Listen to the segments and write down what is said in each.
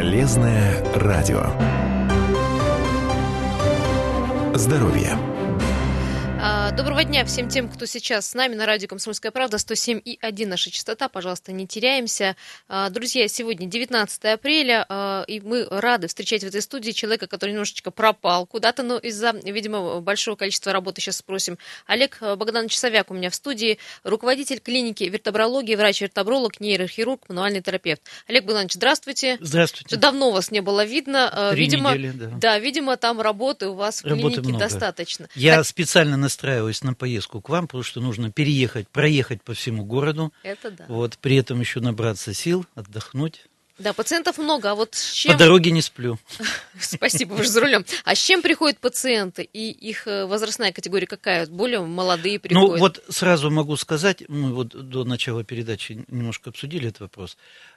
Полезное радио. Здоровье. Доброго дня всем тем, кто сейчас с нами на радио «Комсомольская правда», 107,1 наша частота, пожалуйста, не теряемся. Друзья, сегодня 19 апреля, и мы рады встречать в этой студии человека, который немножечко пропал куда-то, но из-за, видимо, большого количества работы, сейчас спросим. Олег Богданович Савяк у меня в студии, руководитель клиники вертебрологии, врач-вертебролог, нейрохирург, мануальный терапевт. Олег Богданович, здравствуйте. Здравствуйте. Давно вас не было видно. 3 недели, да. Да, видимо, там работы у вас в клинике достаточно. Я специально настраиваюсь на поездку к вам, потому что нужно проехать по всему городу. Это да. Вот, при этом еще набраться сил, отдохнуть. Да, пациентов много, а вот с чем... По дороге не сплю. Спасибо, вы же за рулем. А с чем приходят пациенты? И их возрастная категория какая? Более молодые приходят? Ну, вот сразу могу сказать, мы вот до начала передачи немножко обсудили этот вопрос.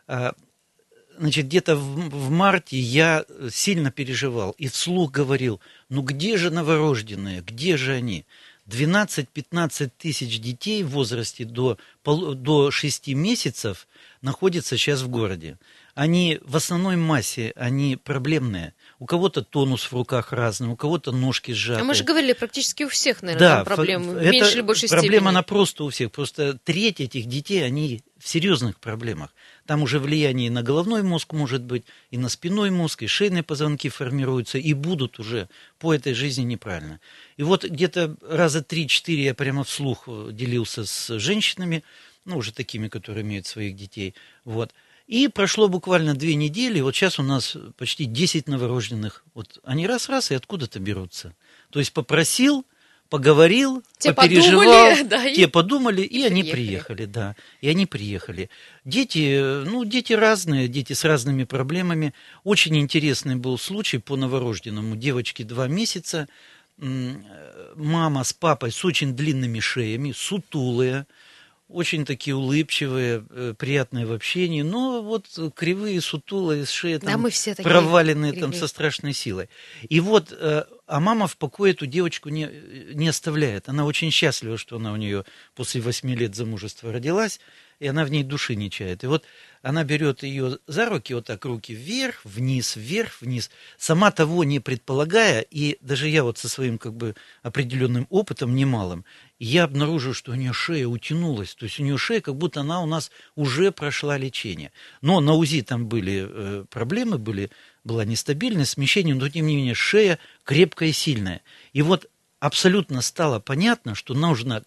Значит, где-то в марте я сильно переживал и вслух говорил, ну где же новорожденные, где же они? 12-15 тысяч детей в возрасте до 6 месяцев находятся сейчас в городе. Они в основной массе, они проблемные. У кого-то тонус в руках разный, у кого-то ножки сжатые. А мы же говорили, практически у всех, наверное, да, там проблемы, в это меньшей или большей степени. Проблема, она просто у всех. Просто треть этих детей, они в серьезных проблемах. Там уже влияние и на головной мозг может быть, и на спинной мозг, и шейные позвонки формируются, и будут уже по этой жизни неправильно. И вот где-то раза 3-4 я прямо вслух делился с женщинами, ну, уже такими, которые имеют своих детей, вот. И прошло буквально 2 недели, вот сейчас у нас почти 10 новорожденных. Вот они раз-раз и откуда-то берутся. То есть попросил, поговорил, попереживал, те подумали, и они приехали, да. И они приехали. Дети разные, дети с разными проблемами. Очень интересный был случай по новорожденному. Девочке 2 месяца, мама с папой с очень длинными шеями, сутулые, очень такие улыбчивые, приятные в общении, но вот кривые, сутулые, с шеей там, проваленные там, со страшной силой. И вот, а мама в покое эту девочку не оставляет. Она очень счастлива, что она у нее после 8 лет замужества родилась, и она в ней души не чает. И вот она берет ее за руки, вот так руки вверх, вниз, сама того не предполагая, и даже я вот со своим как бы определенным опытом немалым, я обнаружил, что у нее шея утянулась, то есть у нее шея, как будто она у нас уже прошла лечение. Но на УЗИ там были проблемы, была нестабильность, смещение, но тем не менее шея крепкая и сильная. И вот абсолютно стало понятно, что нужно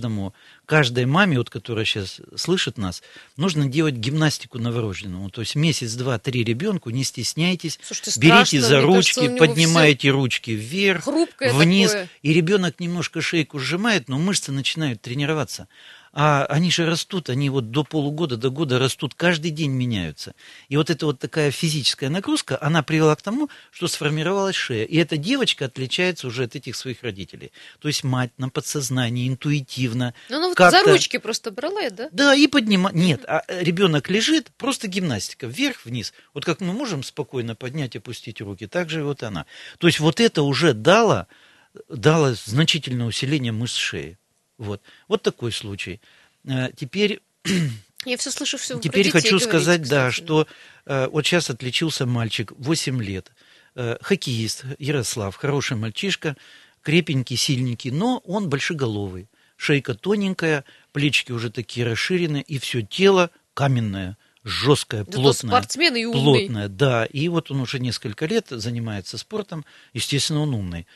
каждой маме, вот, которая сейчас слышит нас, нужно делать гимнастику новорожденному. То есть месяц, 2, 3 ребенку, не стесняйтесь, берите за ручки, поднимаете ручки вверх, вниз, такое. И ребенок немножко шейку сжимает, но мышцы начинают тренироваться. А они же растут, они вот до полугода, до года растут, каждый день меняются. И вот эта вот такая физическая нагрузка, она привела к тому, что сформировалась шея. И эта девочка отличается уже от этих своих родителей. То есть мать на подсознании, интуитивно. Ну вот за ручки просто брала, да? Да, и поднимала. Нет, а ребенок лежит, просто гимнастика, вверх-вниз. Вот как мы можем спокойно поднять, опустить руки, так же и вот она. То есть вот это уже дало значительное усиление мышц шеи. Вот такой случай. Теперь я все слышу, все теперь хочу сказать, да, что вот сейчас отличился мальчик, 8 лет, хоккеист Ярослав, хороший мальчишка, крепенький, сильненький, но он большеголовый, шейка тоненькая, плечики уже такие расширенные, и все тело каменное, жесткое, плотное. Спортсмен и умный. Плотное, да. И вот он уже несколько лет занимается спортом, естественно, он умный.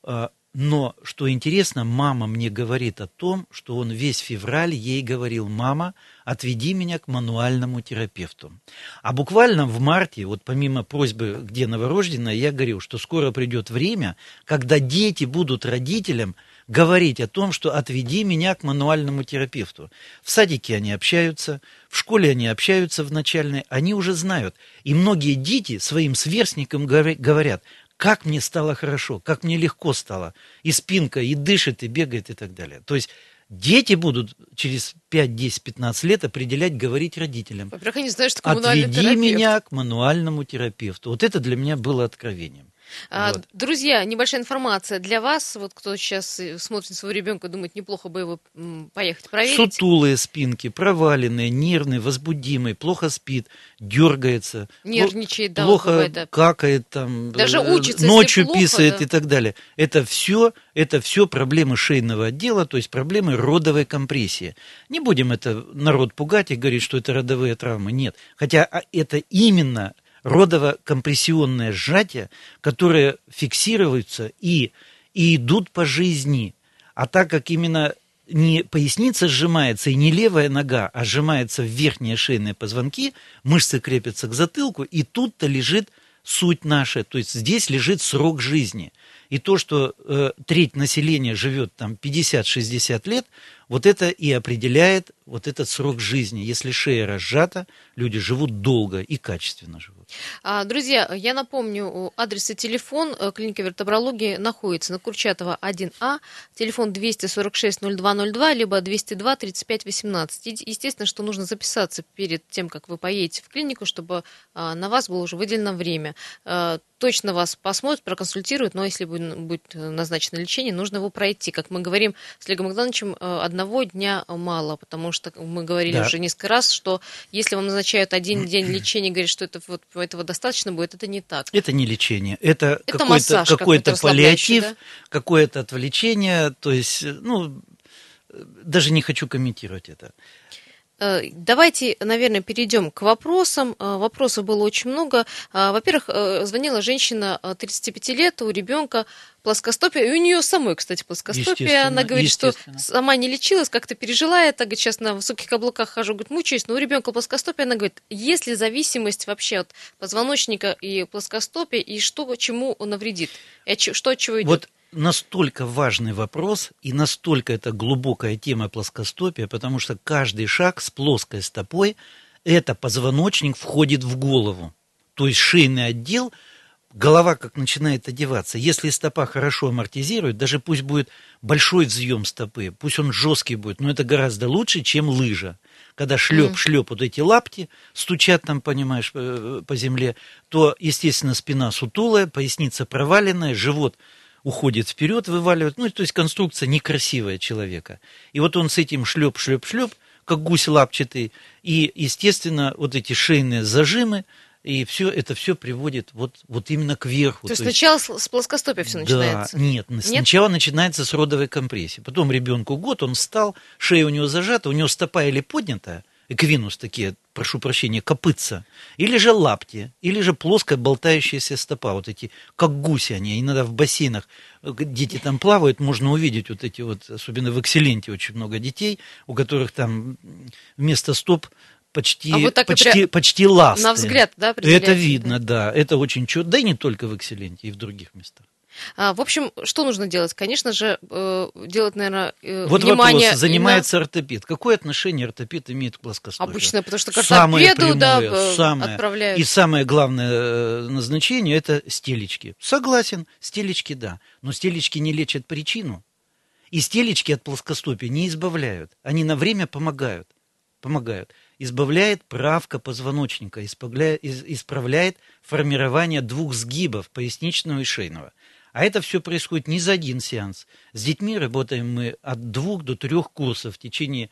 Но, что интересно, мама мне говорит о том, что он весь февраль ей говорил: мама, отведи меня к мануальному терапевту. А буквально в марте, вот помимо просьбы, где новорожденная, я говорил, что скоро придет время, когда дети будут родителям говорить о том, что отведи меня к мануальному терапевту. В садике они общаются, в школе они общаются в начальной, они уже знают. И многие дети своим сверстникам говорят: как мне стало хорошо, как мне легко стало. И спинка, и дышит, и бегает, и так далее. То есть дети будут через 5, 10, 15 лет определять, говорить родителям: во-первых, они знают, что мануальный терапевт. Отведи меня к мануальному терапевту. Вот это для меня было откровением. Вот. Друзья, небольшая информация для вас. Вот кто сейчас смотрит на своего ребенка, думает, неплохо бы его поехать проверить. Сутулые спинки, проваленные, нервные, возбудимые, плохо спит, дергается, Нервничает, да, плохо бывает, да. какает, там, Даже учится, если ночью плохо, писает да. и так далее. Это все проблемы шейного отдела, то есть проблемы родовой компрессии. Не будем это народ пугать и говорить, что это родовые травмы. Нет. Хотя это именно родово-компрессионное сжатие, которые фиксируются и идут по жизни. А так как именно не поясница сжимается и не левая нога, а сжимаются верхние шейные позвонки, мышцы крепятся к затылку, и тут-то лежит суть наша, то есть здесь лежит срок жизни. И то, что треть населения живет там 50-60 лет, вот это и определяет вот этот срок жизни. Если шея разжата, люди живут долго и качественно живут. Друзья, я напомню, адрес и телефон клиники вертебрологии находится на Курчатова 1А, телефон 246-0202, либо 202-35-18. Естественно, что нужно записаться перед тем, как вы поедете в клинику, чтобы на вас было уже выделено время. Точно вас посмотрят, проконсультируют, но если будет назначено лечение, нужно его пройти. Как мы говорим с Олегом Богдановичем, одного дня мало, потому что мы говорили уже несколько раз, что если вам назначают один день лечения, говорят, что этого достаточно будет, это не так. Это не лечение, это массаж, какой-то паллиатив, да? какое-то отвлечение, то есть, даже не хочу комментировать это. Давайте, наверное, перейдем к вопросам. Вопросов было очень много. Во-первых, звонила женщина 35 лет, у ребенка плоскостопие, и у нее самой, кстати, плоскостопие. Она говорит, что сама не лечилась, как-то пережила это, говорит, сейчас на высоких каблуках хожу, говорит, мучаюсь, но у ребенка плоскостопие. Она говорит, есть ли зависимость вообще от позвоночника и плоскостопия, и что чему навредит, что от чего идет? Вот настолько важный вопрос и настолько это глубокая тема плоскостопия, потому что каждый шаг с плоской стопой, это позвоночник входит в голову. То есть шейный отдел, голова как начинает одеваться. Если стопа хорошо амортизирует, даже пусть будет большой взъем стопы, пусть он жесткий будет, но это гораздо лучше, чем лыжа. Когда шлеп вот эти лапти стучат там, понимаешь, по земле, то, естественно, спина сутулая, поясница проваленная, живот уходит вперед, вываливает, то есть конструкция некрасивая человека. И вот он с этим шлеп, как гусь лапчатый, и, естественно, вот эти шейные зажимы, и это все приводит вот именно к верху. То есть сначала с плоскостопия все начинается? Нет, сначала начинается с родовой компрессии. Потом ребенку год, он встал, шея у него зажата, у него стопа или поднятая, эквинус такие, прошу прощения, копытца, или же лапти, или же плоская болтающаяся стопа, вот эти, как гуси они, иногда в бассейнах, дети там плавают, можно увидеть вот эти вот, особенно в Экселленте очень много детей, у которых там вместо стоп почти ласты. На взгляд, да, это видно, да, это очень четко, да и не только в Экселленте, и в других местах. В общем, что нужно делать? Конечно же, делать, наверное, вот внимание... вопрос, занимается ортопед. Какое отношение ортопед имеет к плоскостопию? Обычно, потому что к ортопеду отправляют. И самое главное назначение – это стелечки. Согласен, стелечки, да. Но стелечки не лечат причину. И стелечки от плоскостопия не избавляют. Они на время помогают. Избавляет правка позвоночника, исправляет формирование двух сгибов, поясничного и шейного. А это все происходит не за один сеанс. С детьми работаем мы от 2 до 3 курсов в течение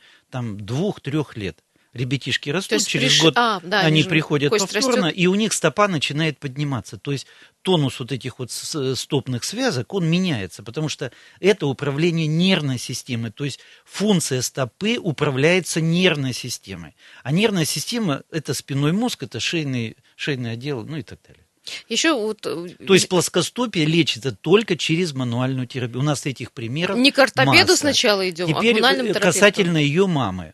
2-3 лет. Ребятишки растут, через год они приходят повторно, и у них стопа начинает подниматься. То есть тонус вот этих вот стопных связок, он меняется, потому что это управление нервной системой. То есть функция стопы управляется нервной системой. А нервная система – это спинной мозг, это шейный отдел, и так далее. Еще То есть плоскостопие лечится только через мануальную терапию. У нас этих примеров не к ортопеду масса. сначала идем, теперь, а к мануальному терапевту. Касательно ее мамы,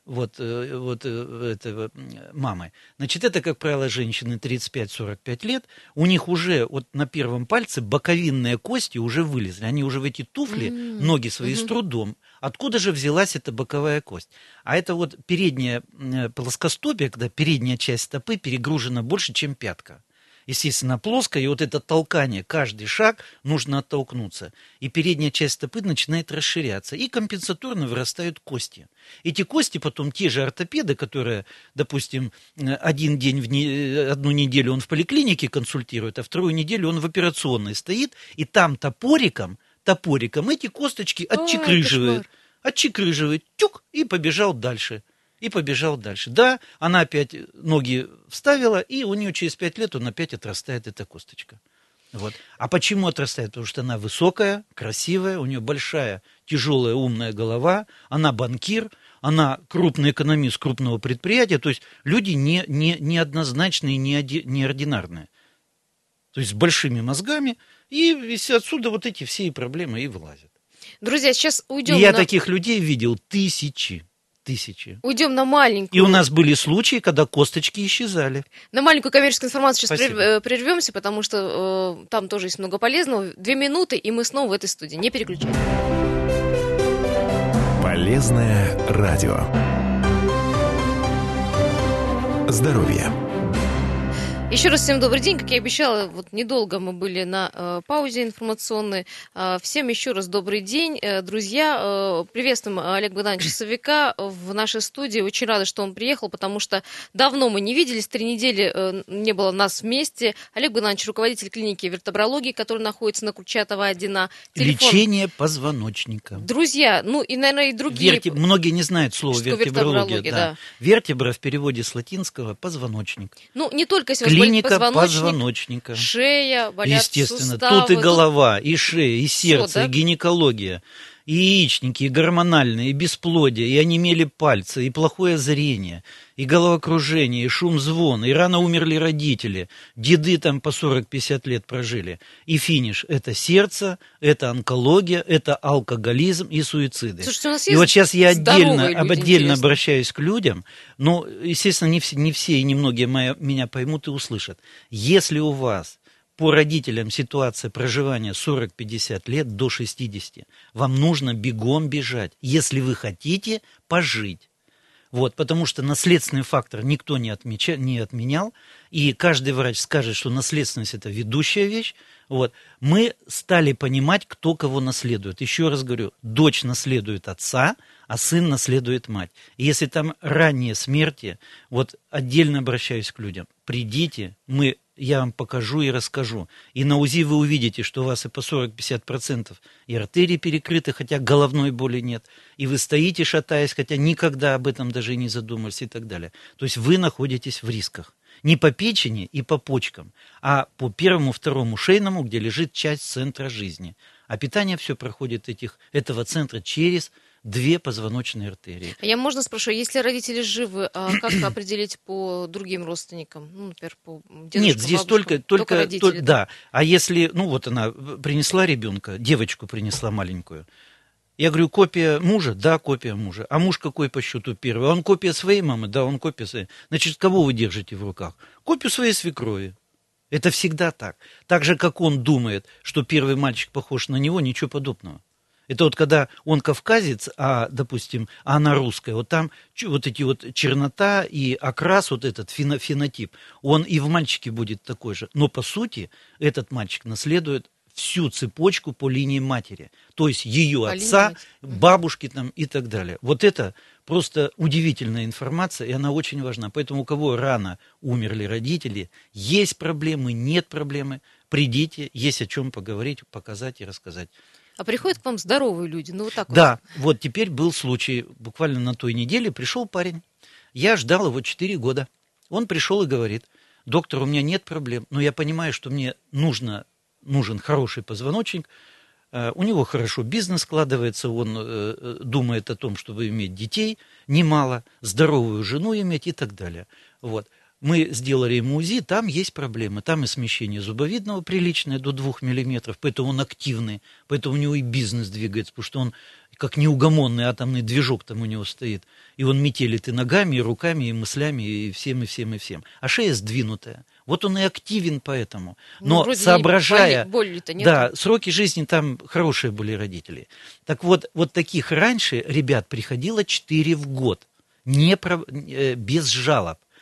этого мамы. Значит, это, как правило, женщины 35-45 лет. У них уже на первом пальце боковинные кости уже вылезли. Они уже в эти туфли, ноги свои с трудом. Откуда же взялась эта боковая кость? А это передняя плоскостопие, когда передняя часть стопы перегружена больше, чем пятка. естественно, плоская, и вот это толкание, каждый шаг нужно оттолкнуться. И передняя часть стопы начинает расширяться, и компенсаторно вырастают кости. Эти кости потом те же ортопеды, которые, допустим, одну неделю он в поликлинике консультирует, а вторую неделю он в операционной стоит, и там топориком эти косточки отчекрыживает, тюк, и побежал дальше. Да, она опять ноги вставила, и у нее через 5 лет он опять отрастает эта косточка. Вот. А почему отрастает? Потому что она высокая, красивая, у нее большая, тяжелая, умная голова, она банкир, она крупный экономист крупного предприятия, то есть люди неоднозначные, неординарные. То есть с большими мозгами, и отсюда вот эти все проблемы и вылазят. Друзья, сейчас уйдем. И я таких людей видел тысячи. Уйдем на маленькую. И у нас были случаи, когда косточки исчезали. На маленькую коммерческую информацию сейчас Спасибо. прервемся, потому что там тоже есть много полезного. 2 минуты, и мы снова в этой студии. Не переключайтесь. Полезное радио. Здоровье. Еще раз всем добрый день. Как я обещала, вот недолго мы были на паузе информационной. Всем еще раз добрый день. Друзья, приветствуем Олега Богдановича Савика в нашей студии. Очень рада, что он приехал, потому что давно мы не виделись, 3 недели не было нас вместе. Олег Богданович, руководитель клиники вертебрологии, которая находится на Курчатова 1А. Лечение позвоночника. Друзья, ну и, наверное, и другие... Многие не знают слова вертебрология. Да. Вертебра в переводе с латинского позвоночник. Ну, не только если клиника позвоночника. Шея, болят естественно, суставы. тут и голова, и шея, и сердце, Всё, да? и гинекология, и яичники, и гормональные, и бесплодие, и онемели пальцы, и плохое зрение, и головокружение, и шум звона, и рано умерли родители, деды там по 40-50 лет прожили. И финиш – это сердце, это онкология, это алкоголизм и суициды. Слушайте, у нас И есть вот сейчас я отдельно интересные. обращаюсь к людям, но, естественно, не все и немногие меня поймут и услышат. Если у вас по родителям ситуация проживания 40-50 лет до 60, вам нужно бегом бежать, если вы хотите пожить. Вот, потому что наследственный фактор никто не отменял, и каждый врач скажет, что наследственность – это ведущая вещь. Вот. Мы стали понимать, кто кого наследует. Еще раз говорю, дочь наследует отца, а сын наследует мать. И если там ранние смерти, вот отдельно обращаюсь к людям, придите, я вам покажу и расскажу. И на УЗИ вы увидите, что у вас и по 40-50% и артерии перекрыты, хотя головной боли нет. И вы стоите, шатаясь, хотя никогда об этом даже и не задумывались и так далее. То есть вы находитесь в рисках. Не по печени и по почкам, а по первому, второму шейному, где лежит часть центра жизни. А питание все проходит этого центра через 2 позвоночные артерии. Можно спрошу, если родители живы, как определить по другим родственникам? Ну, например, по дедушкам, нет, здесь бабушкам? Только родители, да. А если, вот она принесла ребенка, девочку принесла маленькую. Я говорю, копия мужа? Да, копия мужа. А муж какой по счету первый? Он копия своей мамы? Да, он копия своей. Значит, кого вы держите в руках? Копию своей свекрови. Это всегда так. Так же, как он думает, что первый мальчик похож на него, ничего подобного. Это вот когда он кавказец, допустим, она русская, вот там вот эти вот чернота и окрас, вот этот фенотип, он и в мальчике будет такой же. Но по сути этот мальчик наследует всю цепочку по линии матери. То есть ее отца, бабушки там и так далее. Вот это просто удивительная информация, и она очень важна. Поэтому у кого рано умерли родители, есть проблемы, нет проблемы, придите, есть о чем поговорить, показать и рассказать. А приходят к вам здоровые люди? Ну, вот так да, вот теперь был случай, буквально на той неделе пришел парень. Я ждал его 4 года. Он пришел и говорит: доктор, у меня нет проблем, но я понимаю, что мне нужен хороший позвоночник. У него хорошо бизнес складывается, он думает о том, чтобы иметь детей немало, здоровую жену иметь и так далее. Вот. Мы сделали ему УЗИ, там есть проблемы. Там и смещение зубовидного приличное до 2 мм, поэтому он активный, поэтому у него и бизнес двигается, потому что он как неугомонный атомный движок там у него стоит. И он метелит и ногами, и руками, и мыслями, и всем, и всем, и всем. А шея сдвинутая. Вот он и активен поэтому. Но соображая... Боли-то нет. Да, сроки жизни там хорошие были родители. Так вот таких раньше ребят приходило 4 в год. Без жалоб.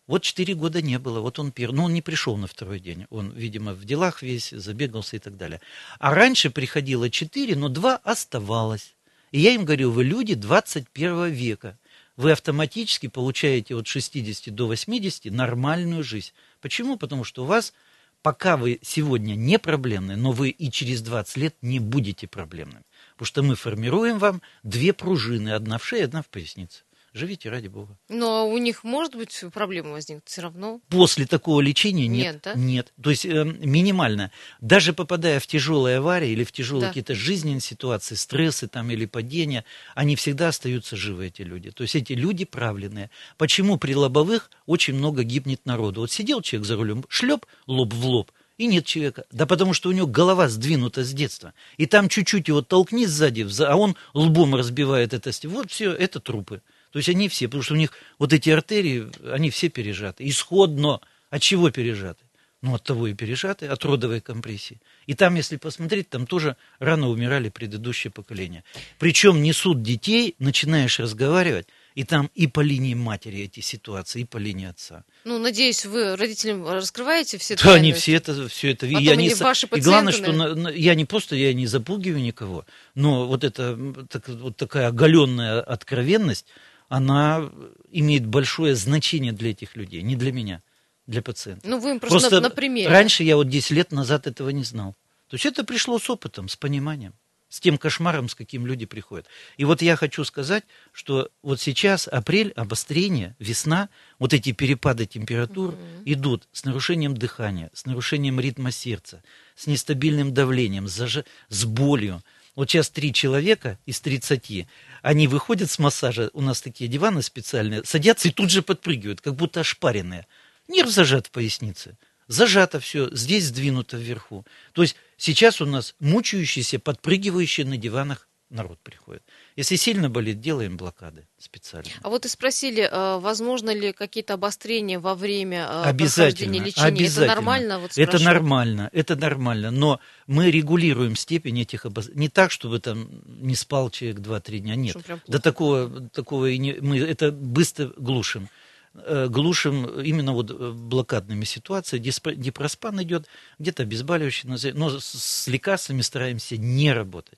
Вот 4 года не было, вот он первый. Но он не пришел на второй день. Он, видимо, в делах весь, забегался и так далее. А раньше приходило 4, но 2 оставалось. И я им говорю, вы люди 21 века. Вы автоматически получаете от 60 до 80 нормальную жизнь. Почему? Потому что у вас, пока вы сегодня не проблемны, но вы и через 20 лет не будете проблемными. Потому что мы формируем вам 2 пружины, одна в шее, одна в пояснице. Живите, ради бога. Но у них, может быть, проблемы возникнут все равно? После такого лечения нет. Нет, да? Нет. То есть минимально. Даже попадая в тяжелые аварии или в тяжелые Да. какие-то жизненные ситуации, стрессы там, или падения, они всегда остаются живы, эти люди. То есть эти люди правленные. Почему при лобовых очень много гибнет народу? Вот сидел человек за рулем, шлеп лоб в лоб, и нет человека. Да потому что у него голова сдвинута с детства. И там чуть-чуть его толкни сзади, а он лбом разбивает это. Вот все, это трупы. То есть они все, потому что у них вот эти артерии, они все пережаты. Исходно. От чего пережаты? Ну, от того и пережаты, от родовой компрессии. И там, если посмотреть, там тоже рано умирали предыдущие поколения. Причем несут детей, начинаешь разговаривать, и там и по линии матери эти ситуации, и по линии отца. Ну, надеюсь, вы родителям раскрываете все Да, они все это видят. Потом они ваши И главное, пациенты, что я не запугиваю никого, но вот это вот такая оголенная откровенность, она имеет большое значение для этих людей, не для меня, для пациента. Ну, вы им просто на примере. Раньше я вот 10 лет назад этого не знал. То есть это пришло с опытом, с пониманием, с тем кошмаром, с каким люди приходят. И вот я хочу сказать, что вот сейчас апрель, обострение, весна, вот эти перепады температур идут с нарушением дыхания, с нарушением ритма сердца, с нестабильным давлением, с болью. Вот сейчас 3 человека из 30, они выходят с массажа, у нас такие диваны специальные, садятся и тут же подпрыгивают, как будто ошпаренные. Нерв зажат в пояснице, зажато все, здесь сдвинуто вверху. То есть сейчас у нас мучающийся, подпрыгивающий на диванах народ приходит. Если сильно болит, делаем блокады специально. А вот и спросили, возможно ли какие-то обострения во время Обязательно, прохождения лечения? обязательно. Это нормально? Вот Это нормально, но мы регулируем степень этих обострений. Не так, чтобы там не спал человек 2-3 дня, нет. До такого и не, мы это быстро глушим. Глушим именно вот блокадными ситуациями. Дипроспан идет, где-то обезболивающий, но с лекарствами стараемся не работать.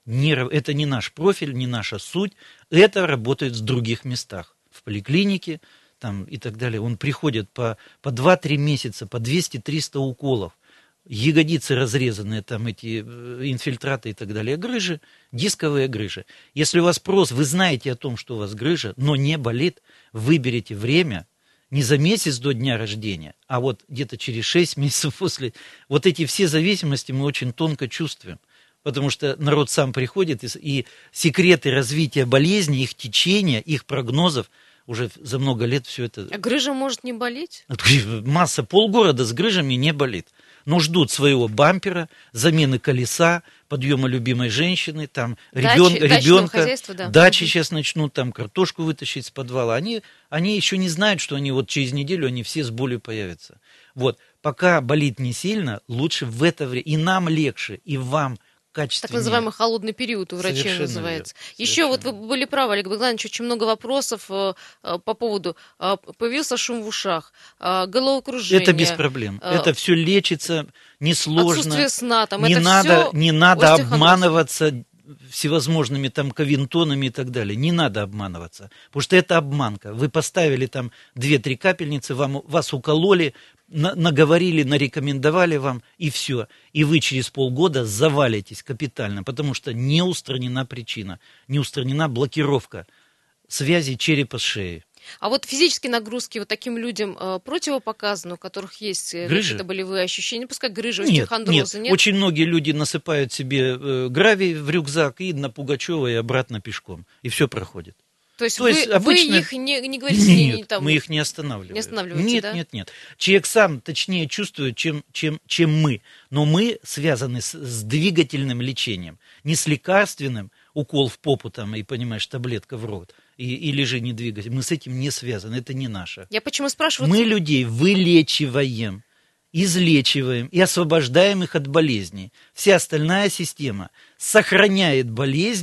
Это не наш профиль, не наша суть. Это работает в других местах. В поликлинике там, и так далее. Он приходит по 2-3 месяца, по 200-300 уколов. Ягодицы разрезанные, там эти инфильтраты и так далее. Грыжи, дисковые грыжи. Если у вас вы знаете о том, что у вас грыжа, но не болит, выберите время, не за месяц до дня рождения, а вот где-то через 6 месяцев после. Вот эти все зависимости мы очень тонко чувствуем. Потому что народ сам приходит, и секреты развития болезни, их течения, их прогнозов, уже за много лет все это... А грыжа может не болеть? Масса, полгорода с грыжами не болит. Но ждут своего бампера, замены колеса, подъема любимой женщины, там ребенка, да. Дачи сейчас начнут, там картошку вытащить с подвала. Они еще не знают, что они вот через неделю они все с болью появятся. Вот, пока болит не сильно, лучше в это время, и нам легче, и вам качественнее. Так называемый холодный период у врачей Совершенно называется. Верно. Еще вот вы были правы, Олег Богданович, очень много вопросов по поводу появился шум в ушах, головокружение. Это без проблем. Это все лечится, несложно. Отсутствие сна, там, не надо обманываться всевозможными там ковинтонами и так далее. Не надо обманываться, потому что это обманка. Вы поставили там 2-3 капельницы, вас укололи, наговорили, нарекомендовали вам, и все. И вы через полгода завалитесь капитально, потому что не устранена причина, не устранена блокировка связи черепа с шеей. А вот физические нагрузки вот таким людям противопоказаны, у которых есть какие-то болевые ощущения, пускай грыжи, остеохондрозы, нет? Очень многие люди насыпают себе гравий в рюкзак и на Пугачева и обратно пешком, и все проходит. То есть вы их не говорите? Нет, мы их не останавливаем. Не останавливаете, нет. Человек сам точнее чувствует, чем мы. Но мы связаны с двигательным лечением, не с лекарственным, укол в попу там, и, понимаешь, таблетка в рот, и лежи, не двигайся. Мы с этим не связаны, это не наше. Я почему спрашиваю? Мы людей вылечиваем, излечиваем и освобождаем их от болезней. Вся остальная система сохраняет болезни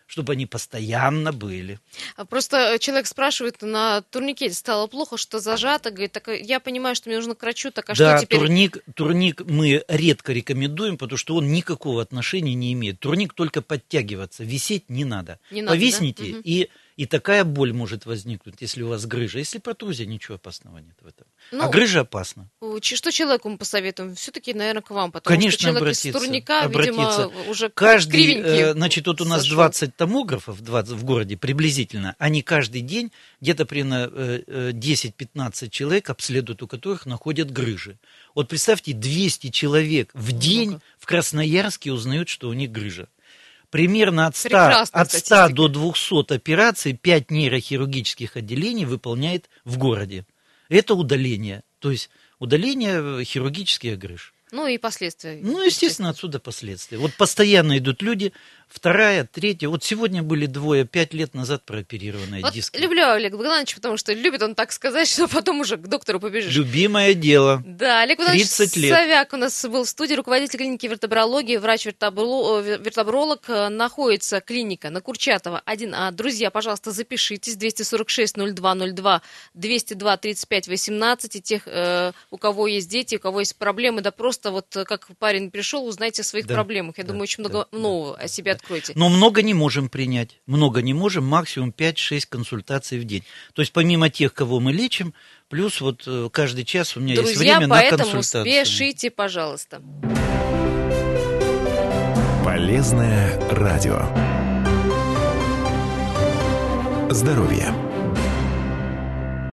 чтобы они постоянно были. Просто человек спрашивает, на турникете стало плохо, что зажато, говорит, так я понимаю, что мне нужно к врачу, так а Да, что теперь? турник мы редко рекомендуем, потому что он никакого отношения не имеет. Турник только подтягиваться, висеть не надо. Не надо, повисните, да? и такая боль может возникнуть, если у вас грыжа. Если протрузия, ничего опасного нет в этом. Ну, а грыжа опасна. Что человеку мы посоветуем? Все-таки, наверное, к вам, потому Конечно, что человек обратиться, из турника, видимо, уже каждый, кривенький значит, вот у нас сошел. 20 томографов в городе приблизительно, они каждый день где-то примерно 10-15 человек обследуют, у которых находят грыжи. Вот представьте, 200 человек в день в Красноярске узнают, что у них грыжа. Примерно от 100 до 200 операций 5 нейрохирургических отделений выполняет в городе. Это удаление, то есть удаление хирургических грыж. Ну и последствия. Ну, естественно, отсюда последствия. Вот постоянно идут люди, вторая, третья. Вот сегодня были двое, 5 лет назад прооперированные вот диски. Люблю Олега Богдановича, потому что любит он так сказать, что потом уже к доктору побежишь. Любимое дело. Да, Олег Богданович 30 лет. Савяк у нас был в студии, руководитель клиники вертебрологии, врач-вертебролог. Находится клиника на Курчатова 1А. Друзья, пожалуйста, запишитесь. 246-0202, 202-35-18. И тех, у кого есть дети, у кого есть проблемы, да просто вот как парень пришел, узнайте о своих проблемах. Я думаю, очень много нового о себе откроете. Но много не можем принять. Много не можем, максимум 5-6 консультаций в день. То есть помимо тех, кого мы лечим, плюс вот каждый час у меня есть время на консультацию. Друзья, поэтому спешите, пожалуйста. Полезное радио. Здоровье.